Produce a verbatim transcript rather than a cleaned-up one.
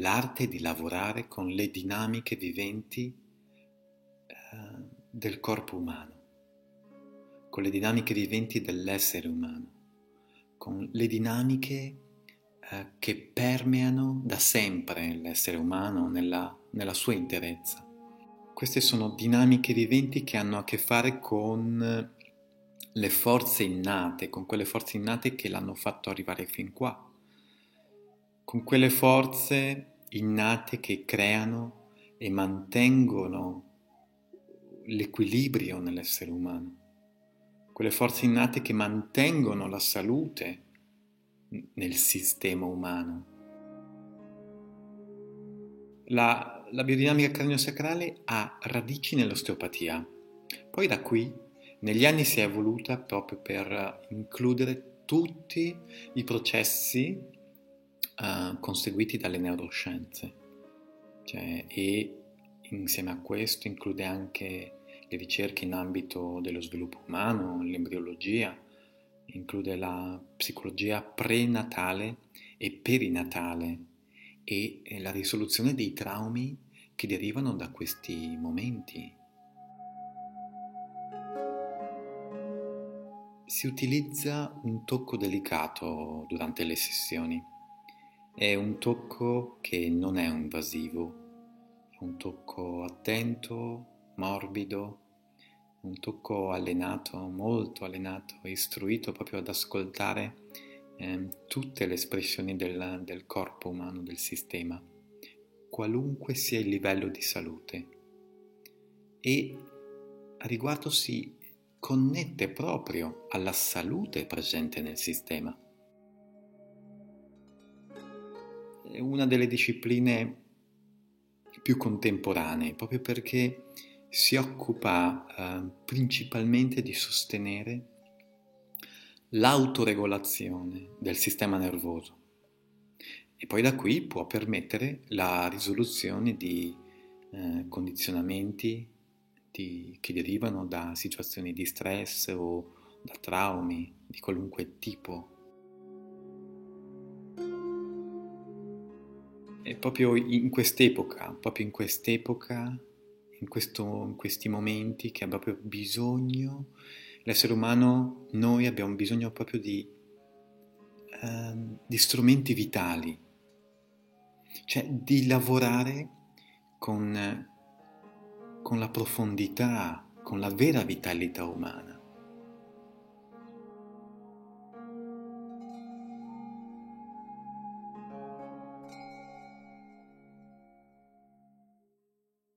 l'arte di lavorare con le dinamiche viventi eh, del corpo umano, con le dinamiche viventi dell'essere umano, con le dinamiche eh, che permeano da sempre l'essere umano nella, nella sua interezza. Queste sono dinamiche viventi che hanno a che fare con le forze innate, con quelle forze innate che l'hanno fatto arrivare fin qua, con quelle forze innate che creano e mantengono l'equilibrio nell'essere umano, quelle forze innate che mantengono la salute nel sistema umano. La, la biodinamica craniosacrale ha radici nell'osteopatia, poi da qui negli anni si è evoluta proprio per includere tutti i processi uh, conseguiti dalle neuroscienze, cioè, e insieme a questo include anche le ricerche in ambito dello sviluppo umano, l'embriologia, include la psicologia prenatale e perinatale e la risoluzione dei traumi che derivano da questi momenti. Si utilizza un tocco delicato durante le sessioni. È un tocco che non è invasivo, è un tocco attento, morbido, un tocco allenato, molto allenato, istruito proprio ad ascoltare eh, tutte le espressioni del, del corpo umano, del sistema, qualunque sia il livello di salute. E a riguardo si connette proprio alla salute presente nel sistema. È una delle discipline più contemporanee, proprio perché si occupa eh, principalmente di sostenere l'autoregolazione del sistema nervoso e poi da qui può permettere la risoluzione di eh, condizionamenti di, che derivano da situazioni di stress o da traumi di qualunque tipo. E proprio in quest'epoca, proprio in quest'epoca, in, questo, in questi momenti che ha proprio bisogno, l'essere umano, noi abbiamo bisogno proprio di, eh, di strumenti vitali, cioè di lavorare con, con la profondità, con la vera vitalità umana.